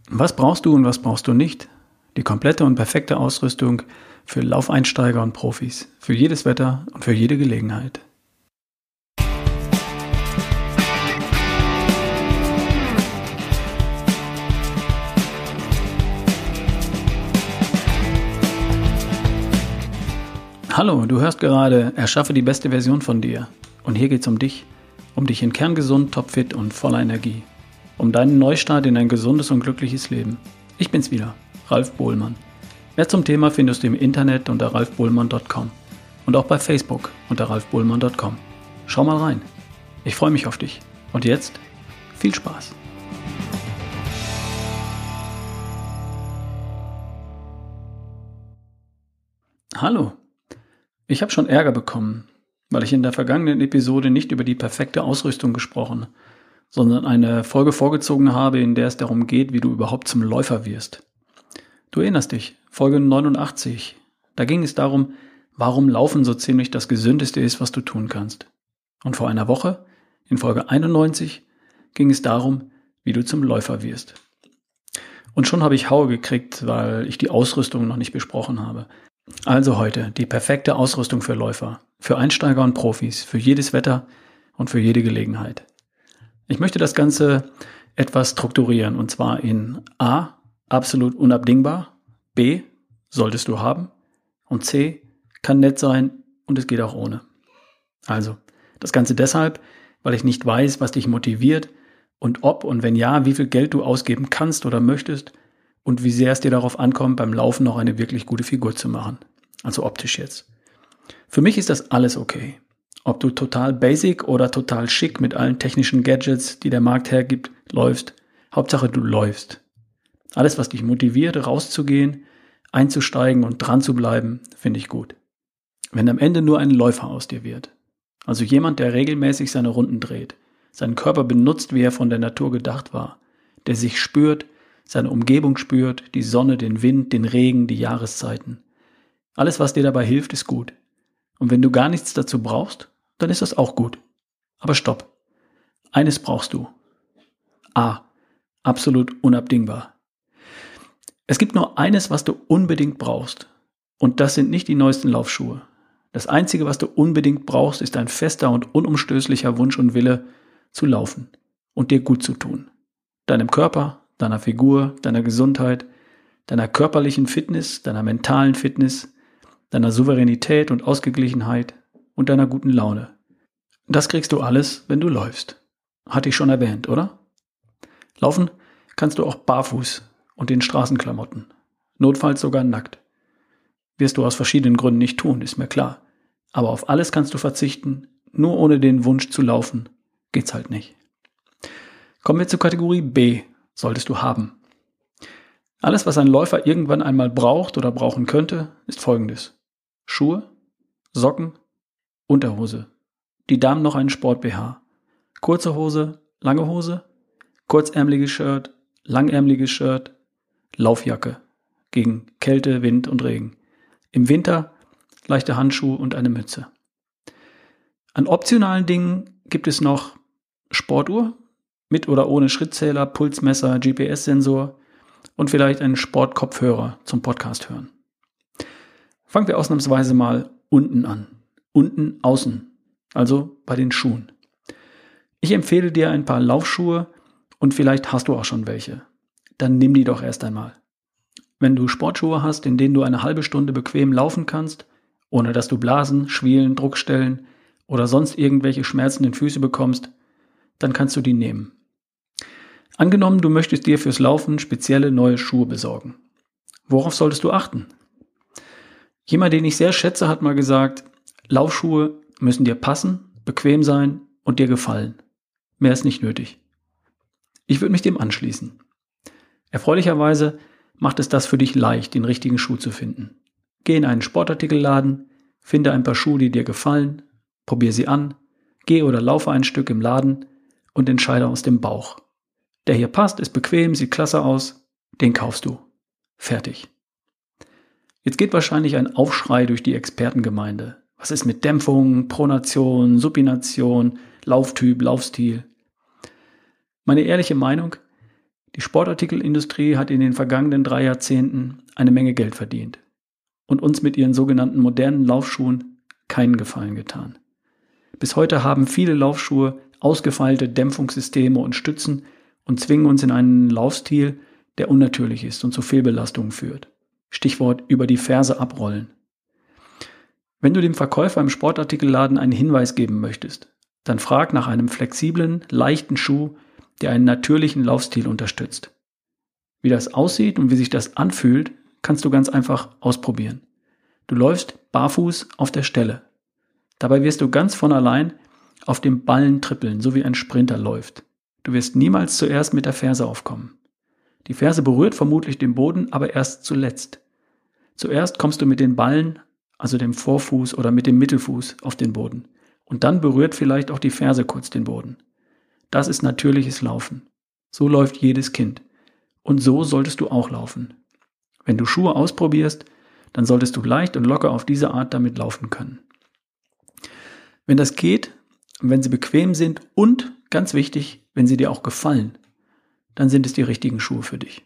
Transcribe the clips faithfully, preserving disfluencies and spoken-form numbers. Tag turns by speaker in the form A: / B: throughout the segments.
A: Was brauchst du und was brauchst du nicht? Die komplette und perfekte Ausrüstung für Laufeinsteiger und Profis, für jedes Wetter und für jede Gelegenheit. Hallo, du hörst gerade Erschaffe die beste Version von dir. Und hier geht's um dich, um dich in kerngesund, topfit und voller Energie. Um deinen Neustart in ein gesundes und glückliches Leben. Ich bin's wieder, Ralf Bohlmann. Mehr zum Thema findest du im Internet unter ralf bohlmann punkt com und auch bei Facebook unter ralf bohlmann punkt com. Schau mal rein. Ich freue mich auf dich. Und jetzt viel Spaß. Hallo. Ich habe schon Ärger bekommen, weil ich in der vergangenen Episode nicht über die perfekte Ausrüstung gesprochen, sondern eine Folge vorgezogen habe, in der es darum geht, wie du überhaupt zum Läufer wirst. Du erinnerst dich, Folge neunundachtzig, da ging es darum, warum Laufen so ziemlich das Gesündeste ist, was du tun kannst. Und vor einer Woche, in Folge einundneunzig, ging es darum, wie du zum Läufer wirst. Und schon habe ich Haue gekriegt, weil ich die Ausrüstung noch nicht besprochen habe. Also heute die perfekte Ausrüstung für Läufer, für Einsteiger und Profis, für jedes Wetter und für jede Gelegenheit. Ich möchte das Ganze etwas strukturieren, und zwar in A, absolut unabdingbar, B, solltest du haben, und C, kann nett sein und es geht auch ohne. Also, das Ganze deshalb, weil ich nicht weiß, was dich motiviert und ob und wenn ja, wie viel Geld du ausgeben kannst oder möchtest und wie sehr es dir darauf ankommt, beim Laufen noch eine wirklich gute Figur zu machen. Also optisch jetzt. Für mich ist das alles okay. Ob du total basic oder total schick mit allen technischen Gadgets, die der Markt hergibt, läufst. Hauptsache du läufst. Alles, was dich motiviert, rauszugehen, einzusteigen und dran zu bleiben, finde ich gut. Wenn am Ende nur ein Läufer aus dir wird, also jemand, der regelmäßig seine Runden dreht, seinen Körper benutzt, wie er von der Natur gedacht war, der sich spürt, seine Umgebung spürt, die Sonne, den Wind, den Regen, die Jahreszeiten. Alles, was dir dabei hilft, ist gut. Und wenn du gar nichts dazu brauchst, dann ist das auch gut. Aber stopp. Eines brauchst du. A. Absolut unabdingbar. Es gibt nur eines, was du unbedingt brauchst. Und das sind nicht die neuesten Laufschuhe. Das Einzige, was du unbedingt brauchst, ist ein fester und unumstößlicher Wunsch und Wille, zu laufen und dir gut zu tun. Deinem Körper, deiner Figur, deiner Gesundheit, deiner körperlichen Fitness, deiner mentalen Fitness, deiner Souveränität und Ausgeglichenheit und deiner guten Laune. Das kriegst du alles, wenn du läufst. Hatte ich schon erwähnt, oder? Laufen kannst du auch barfuß und in Straßenklamotten. Notfalls sogar nackt. Wirst du aus verschiedenen Gründen nicht tun, ist mir klar. Aber auf alles kannst du verzichten, nur ohne den Wunsch zu laufen geht's halt nicht. Kommen wir zur Kategorie B, solltest du haben. Alles, was ein Läufer irgendwann einmal braucht oder brauchen könnte, ist folgendes. Schuhe, Socken, Unterhose. Die Damen noch einen Sport-B H. Kurze Hose, lange Hose, kurzärmeliges Shirt, langärmeliges Shirt, Laufjacke gegen Kälte, Wind und Regen. Im Winter leichte Handschuhe und eine Mütze. An optionalen Dingen gibt es noch Sportuhr, mit oder ohne Schrittzähler, Pulsmesser, G P S-Sensor und vielleicht einen Sportkopfhörer zum Podcast hören. Fangen wir ausnahmsweise mal unten an. Unten außen, also bei den Schuhen. Ich empfehle dir ein paar Laufschuhe und vielleicht hast du auch schon welche. Dann nimm die doch erst einmal. Wenn du Sportschuhe hast, in denen du eine halbe Stunde bequem laufen kannst, ohne dass du Blasen, Schwielen, Druckstellen oder sonst irgendwelche schmerzenden Füße bekommst, dann kannst du die nehmen. Angenommen, du möchtest dir fürs Laufen spezielle neue Schuhe besorgen. Worauf solltest du achten? Jemand, den ich sehr schätze, hat mal gesagt, Laufschuhe müssen dir passen, bequem sein und dir gefallen. Mehr ist nicht nötig. Ich würde mich dem anschließen. Erfreulicherweise macht es das für dich leicht, den richtigen Schuh zu finden. Geh in einen Sportartikelladen, finde ein paar Schuhe, die dir gefallen, probier sie an, geh oder laufe ein Stück im Laden und entscheide aus dem Bauch. Der hier passt, ist bequem, sieht klasse aus, den kaufst du. Fertig. Jetzt geht wahrscheinlich ein Aufschrei durch die Expertengemeinde. Was ist mit Dämpfung, Pronation, Supination, Lauftyp, Laufstil? Meine ehrliche Meinung, Die Sportartikelindustrie hat in den vergangenen drei Jahrzehnten eine Menge Geld verdient und uns mit ihren sogenannten modernen Laufschuhen keinen Gefallen getan. Bis heute haben viele Laufschuhe ausgefeilte Dämpfungssysteme und Stützen und zwingen uns in einen Laufstil, der unnatürlich ist und zu Fehlbelastungen führt. Stichwort über die Ferse abrollen. Wenn du dem Verkäufer im Sportartikelladen einen Hinweis geben möchtest, dann frag nach einem flexiblen, leichten Schuh, der einen natürlichen Laufstil unterstützt. Wie das aussieht und wie sich das anfühlt, kannst du ganz einfach ausprobieren. Du läufst barfuß auf der Stelle. Dabei wirst du ganz von allein auf dem Ballen trippeln, so wie ein Sprinter läuft. Du wirst niemals zuerst mit der Ferse aufkommen. Die Ferse berührt vermutlich den Boden, aber erst zuletzt. Zuerst kommst du mit den Ballen, also dem Vorfuß oder mit dem Mittelfuß, auf den Boden. Und dann berührt vielleicht auch die Ferse kurz den Boden. Das ist natürliches Laufen. So läuft jedes Kind. Und so solltest du auch laufen. Wenn du Schuhe ausprobierst, dann solltest du leicht und locker auf diese Art damit laufen können. Wenn das geht, wenn sie bequem sind und, ganz wichtig, wenn sie dir auch gefallen, dann sind es die richtigen Schuhe für dich.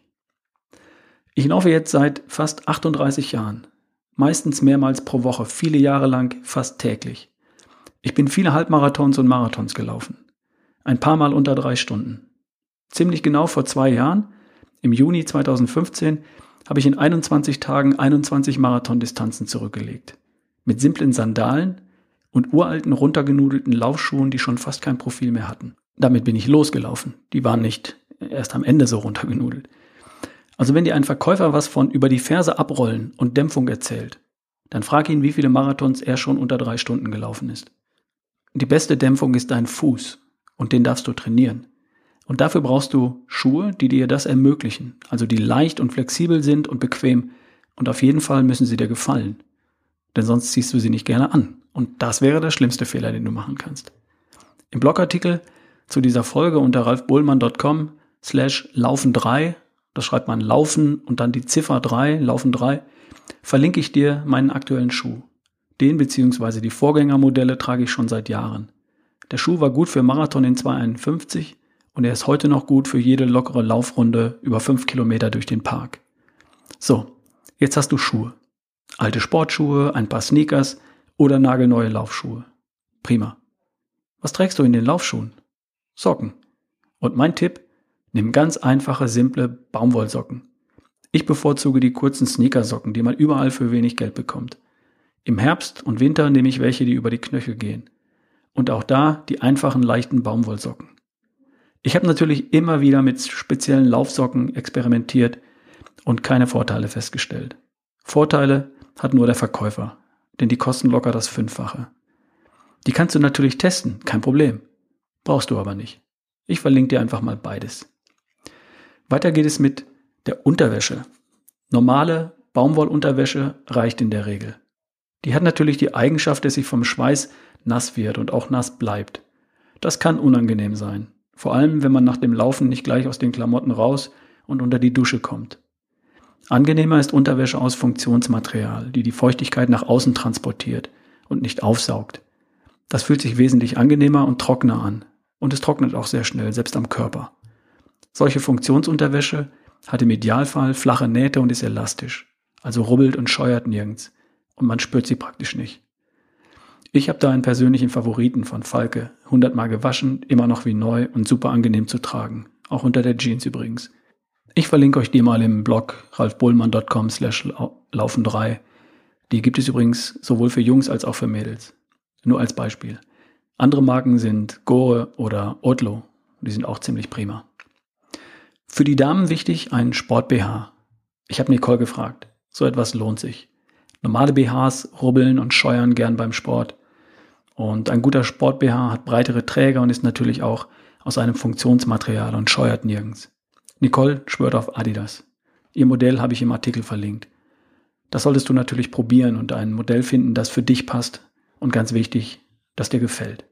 A: Ich laufe jetzt seit fast achtunddreißig Jahren, meistens mehrmals pro Woche, viele Jahre lang, fast täglich. Ich bin viele Halbmarathons und Marathons gelaufen, ein paar Mal unter drei Stunden. Ziemlich genau vor zwei Jahren, im Juni zweitausendfünfzehn, habe ich in einundzwanzig Tagen einundzwanzig Marathondistanzen zurückgelegt. Mit simplen Sandalen und uralten, runtergenudelten Laufschuhen, die schon fast kein Profil mehr hatten. Damit bin ich losgelaufen. Die waren nicht erst am Ende so runtergenudelt. Also wenn dir ein Verkäufer was von über die Ferse abrollen und Dämpfung erzählt, dann frag ihn, wie viele Marathons er schon unter drei Stunden gelaufen ist. Die beste Dämpfung ist dein Fuß und den darfst du trainieren. Und dafür brauchst du Schuhe, die dir das ermöglichen, also die leicht und flexibel sind und bequem. Und auf jeden Fall müssen sie dir gefallen, denn sonst ziehst du sie nicht gerne an. Und das wäre der schlimmste Fehler, den du machen kannst. Im Blogartikel zu dieser Folge unter ralfbohlmann punkt com slash laufen drei, das schreibt man laufen und dann die Ziffer drei, laufen drei, verlinke ich dir meinen aktuellen Schuh. Den bzw. die Vorgängermodelle trage ich schon seit Jahren. Der Schuh war gut für Marathon in zwei einundfünfzig und er ist heute noch gut für jede lockere Laufrunde über fünf Kilometer durch den Park. So, jetzt hast du Schuhe. Alte Sportschuhe, ein paar Sneakers oder nagelneue Laufschuhe. Prima. Was trägst du in den Laufschuhen? Socken. Und mein Tipp, nimm ganz einfache, simple Baumwollsocken. Ich bevorzuge die kurzen Sneakersocken, die man überall für wenig Geld bekommt. Im Herbst und Winter nehme ich welche, die über die Knöchel gehen. Und auch da die einfachen, leichten Baumwollsocken. Ich habe natürlich immer wieder mit speziellen Laufsocken experimentiert und keine Vorteile festgestellt. Vorteile hat nur der Verkäufer, denn die kosten locker das Fünffache. Die kannst du natürlich testen, kein Problem. Brauchst du aber nicht. Ich verlinke dir einfach mal beides. Weiter geht es mit der Unterwäsche. Normale Baumwollunterwäsche reicht in der Regel. Die hat natürlich die Eigenschaft, dass sie vom Schweiß nass wird und auch nass bleibt. Das kann unangenehm sein. Vor allem, wenn man nach dem Laufen nicht gleich aus den Klamotten raus und unter die Dusche kommt. Angenehmer ist Unterwäsche aus Funktionsmaterial, die die Feuchtigkeit nach außen transportiert und nicht aufsaugt. Das fühlt sich wesentlich angenehmer und trockener an. Und es trocknet auch sehr schnell, selbst am Körper. Solche Funktionsunterwäsche hat im Idealfall flache Nähte und ist elastisch. Also rubbelt und scheuert nirgends. Und man spürt sie praktisch nicht. Ich habe da einen persönlichen Favoriten von Falke. hundertmal gewaschen, immer noch wie neu und super angenehm zu tragen. Auch unter der Jeans übrigens. Ich verlinke euch die mal im Blog ralfbohlmann punkt com slash laufen drei. Die gibt es übrigens sowohl für Jungs als auch für Mädels. Nur als Beispiel. Andere Marken sind Gore oder Otlo. Die sind auch ziemlich prima. Für die Damen wichtig ein Sport-B H. Ich habe Nicole gefragt. So etwas lohnt sich. Normale B Hs rubbeln und scheuern gern beim Sport. Und ein guter Sport-B H hat breitere Träger und ist natürlich auch aus einem Funktionsmaterial und scheuert nirgends. Nicole schwört auf Adidas. Ihr Modell habe ich im Artikel verlinkt. Das solltest du natürlich probieren und ein Modell finden, das für dich passt und ganz wichtig, das dir gefällt.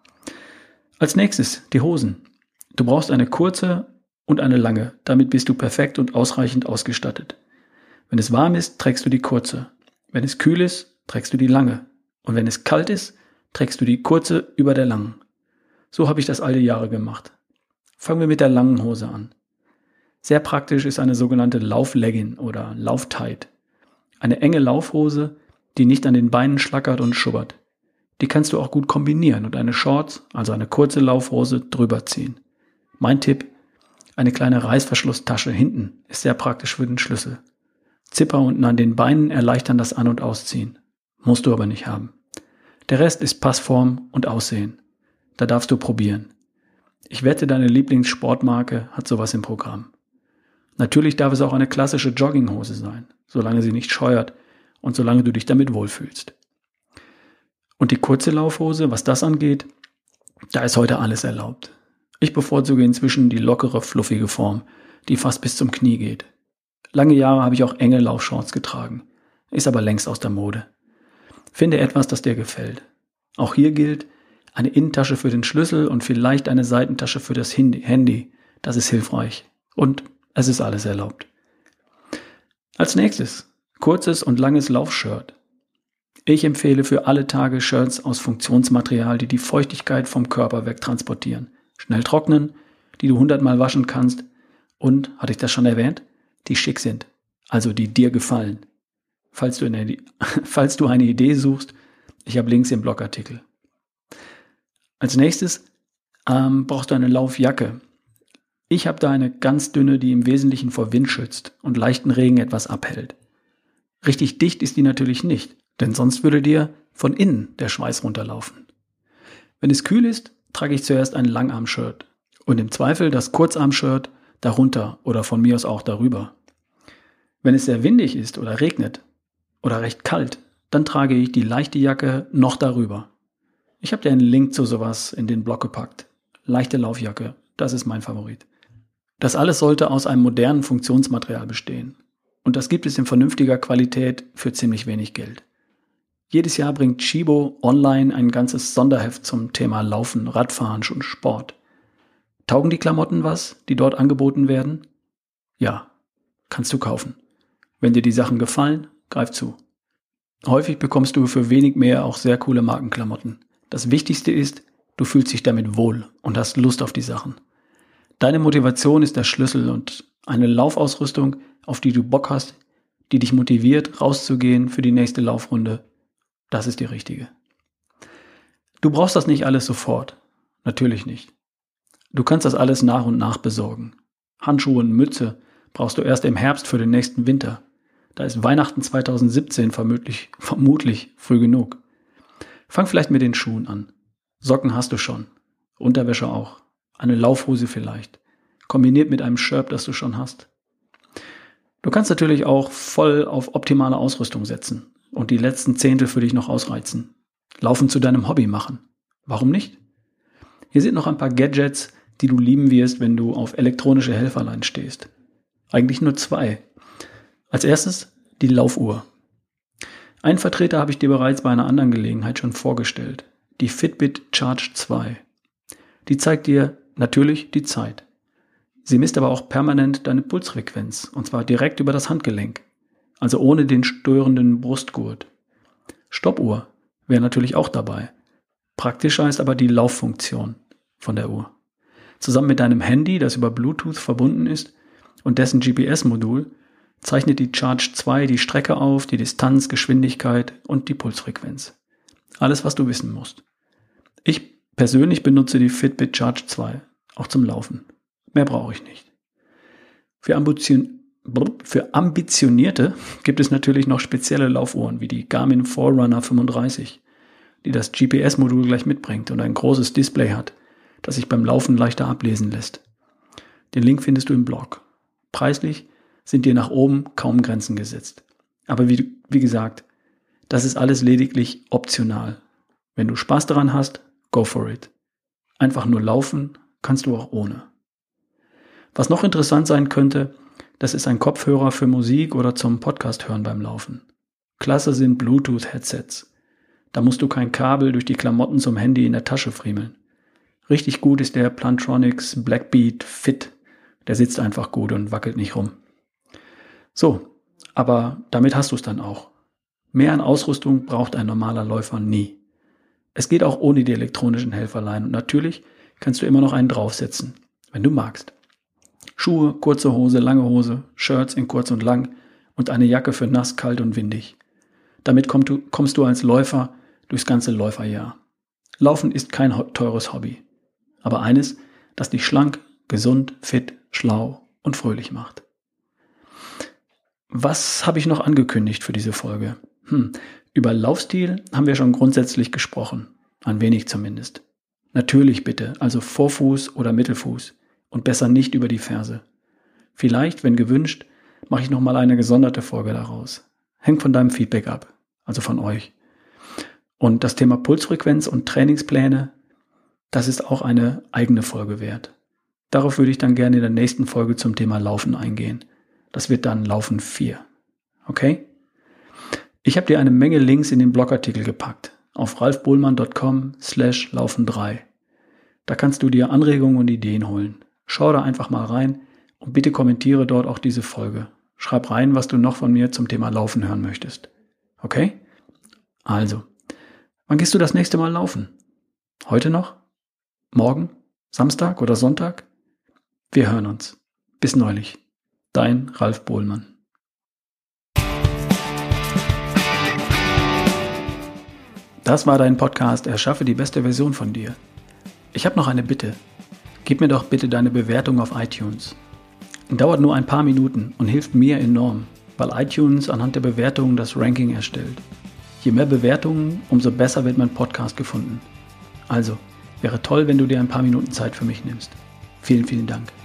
A: Als nächstes die Hosen. Du brauchst eine kurze und eine lange. Damit bist du perfekt und ausreichend ausgestattet. Wenn es warm ist, trägst du die kurze. Wenn es kühl ist, trägst du die lange. Und wenn es kalt ist, trägst du die kurze über der langen. So habe ich das all die Jahre gemacht. Fangen wir mit der langen Hose an. Sehr praktisch ist eine sogenannte Laufleggin oder Lauftight. Eine enge Laufhose, die nicht an den Beinen schlackert und schubbert. Die kannst du auch gut kombinieren und eine Shorts, also eine kurze Laufhose, drüber ziehen. Mein Tipp: eine kleine Reißverschlusstasche hinten ist sehr praktisch für den Schlüssel. Zipper unten an den Beinen erleichtern das An- und Ausziehen. Musst du aber nicht haben. Der Rest ist Passform und Aussehen. Da darfst du probieren. Ich wette, deine Lieblingssportmarke hat sowas im Programm. Natürlich darf es auch eine klassische Jogginghose sein, solange sie nicht scheuert und solange du dich damit wohlfühlst. Und die kurze Laufhose, was das angeht, da ist heute alles erlaubt. Ich bevorzuge inzwischen die lockere, fluffige Form, die fast bis zum Knie geht. Lange Jahre habe ich auch enge Laufshorts getragen, ist aber längst aus der Mode. Finde etwas, das dir gefällt. Auch hier gilt, eine Innentasche für den Schlüssel und vielleicht eine Seitentasche für das Handy, das ist hilfreich. Und es ist alles erlaubt. Als nächstes, kurzes und langes Laufshirt. Ich empfehle für alle Tage Shirts aus Funktionsmaterial, die die Feuchtigkeit vom Körper wegtransportieren, schnell trocknen, die du hundertmal waschen kannst und, hatte ich das schon erwähnt, die schick sind, also die dir gefallen. Falls du eine, falls du eine Idee suchst, ich habe Links im Blogartikel. Als nächstes ähm, brauchst du eine Laufjacke. Ich habe da eine ganz dünne, die im Wesentlichen vor Wind schützt und leichten Regen etwas abhält. Richtig dicht ist die natürlich nicht, denn sonst würde dir von innen der Schweiß runterlaufen. Wenn es kühl ist, trage ich zuerst ein Langarm-Shirt und im Zweifel das Kurzarm-Shirt darunter oder von mir aus auch darüber. Wenn es sehr windig ist oder regnet oder recht kalt, dann trage ich die leichte Jacke noch darüber. Ich habe dir einen Link zu sowas in den Blog gepackt. Leichte Laufjacke, das ist mein Favorit. Das alles sollte aus einem modernen Funktionsmaterial bestehen. Und das gibt es in vernünftiger Qualität für ziemlich wenig Geld. Jedes Jahr bringt Chibo online ein ganzes Sonderheft zum Thema Laufen, Radfahren und Sport. Taugen die Klamotten was, die dort angeboten werden? Ja, kannst du kaufen. Wenn dir die Sachen gefallen, greif zu. Häufig bekommst du für wenig mehr auch sehr coole Markenklamotten. Das Wichtigste ist, du fühlst dich damit wohl und hast Lust auf die Sachen. Deine Motivation ist der Schlüssel und eine Laufausrüstung, auf die du Bock hast, die dich motiviert, rauszugehen für die nächste Laufrunde, das ist die richtige. Du brauchst das nicht alles sofort. Natürlich nicht. Du kannst das alles nach und nach besorgen. Handschuhe und Mütze brauchst du erst im Herbst für den nächsten Winter. Da ist Weihnachten zwanzig siebzehn vermutlich, vermutlich früh genug. Fang vielleicht mit den Schuhen an. Socken hast du schon. Unterwäsche auch. Eine Laufhose vielleicht. Kombiniert mit einem Shirt, das du schon hast. Du kannst natürlich auch voll auf optimale Ausrüstung setzen und die letzten Zehntel für dich noch ausreizen. Laufen zu deinem Hobby machen. Warum nicht? Hier sind noch ein paar Gadgets, die du lieben wirst, wenn du auf elektronische Helferlein stehst. Eigentlich nur zwei. Als erstes die Laufuhr. Einen Vertreter habe ich dir bereits bei einer anderen Gelegenheit schon vorgestellt. Die Fitbit Charge zwei. Die zeigt dir natürlich die Zeit. Sie misst aber auch permanent deine Pulsfrequenz, und zwar direkt über das Handgelenk, also ohne den störenden Brustgurt. Stoppuhr wäre natürlich auch dabei. Praktischer ist aber die Lauffunktion von der Uhr. Zusammen mit deinem Handy, das über Bluetooth verbunden ist, und dessen G P S-Modul, zeichnet die Charge zwei die Strecke auf, die Distanz, Geschwindigkeit und die Pulsfrequenz. Alles, was du wissen musst. Ich persönlich benutze die Fitbit Charge zwei, auch zum Laufen. Mehr brauche ich nicht. Für, Ambition, für Ambitionierte gibt es natürlich noch spezielle Laufuhren, wie die Garmin Forerunner fünfunddreißig, die das G P S-Modul gleich mitbringt und ein großes Display hat, das sich beim Laufen leichter ablesen lässt. Den Link findest du im Blog. Preislich sind dir nach oben kaum Grenzen gesetzt. Aber wie, wie gesagt, das ist alles lediglich optional. Wenn du Spaß daran hast, go for it. Einfach nur laufen kannst du auch ohne. Was noch interessant sein könnte, das ist ein Kopfhörer für Musik oder zum Podcast hören beim Laufen. Klasse sind Bluetooth-Headsets. Da musst du kein Kabel durch die Klamotten zum Handy in der Tasche friemeln. Richtig gut ist der Plantronics Blackbeat Fit. Der sitzt einfach gut und wackelt nicht rum. So, aber damit hast du es dann auch. Mehr an Ausrüstung braucht ein normaler Läufer nie. Es geht auch ohne die elektronischen Helferlein und natürlich kannst du immer noch einen draufsetzen, wenn du magst. Schuhe, kurze Hose, lange Hose, Shirts in kurz und lang und eine Jacke für nass, kalt und windig. Damit kommst du, kommst du als Läufer durchs ganze Läuferjahr. Laufen ist kein teures Hobby, aber eines, das dich schlank, gesund, fit, schlau und fröhlich macht. Was habe ich noch angekündigt für diese Folge? Hm, über Laufstil haben wir schon grundsätzlich gesprochen, ein wenig zumindest. Natürlich bitte, also Vorfuß oder Mittelfuß und besser nicht über die Ferse. Vielleicht, wenn gewünscht, mache ich nochmal eine gesonderte Folge daraus. Hängt von deinem Feedback ab, also von euch. Und das Thema Pulsfrequenz und Trainingspläne, das ist auch eine eigene Folge wert. Darauf würde ich dann gerne in der nächsten Folge zum Thema Laufen eingehen. Das wird dann Laufen vier. Okay? Ich habe dir eine Menge Links in den Blogartikel gepackt auf ralfbohlmann punkt com slash laufen drei. Da kannst du dir Anregungen und Ideen holen. Schau da einfach mal rein und bitte kommentiere dort auch diese Folge. Schreib rein, was du noch von mir zum Thema Laufen hören möchtest. Okay? Also, wann gehst du das nächste Mal laufen? Heute noch? Morgen? Samstag oder Sonntag? Wir hören uns. Bis neulich. Dein Ralf Bohlmann. Das war dein Podcast Erschaffe die beste Version von dir. Ich habe noch eine Bitte. Gib mir doch bitte deine Bewertung auf iTunes. Dauert nur ein paar Minuten und hilft mir enorm, weil iTunes anhand der Bewertungen das Ranking erstellt. Je mehr Bewertungen, umso besser wird mein Podcast gefunden. Also, wäre toll, wenn du dir ein paar Minuten Zeit für mich nimmst. Vielen, vielen Dank.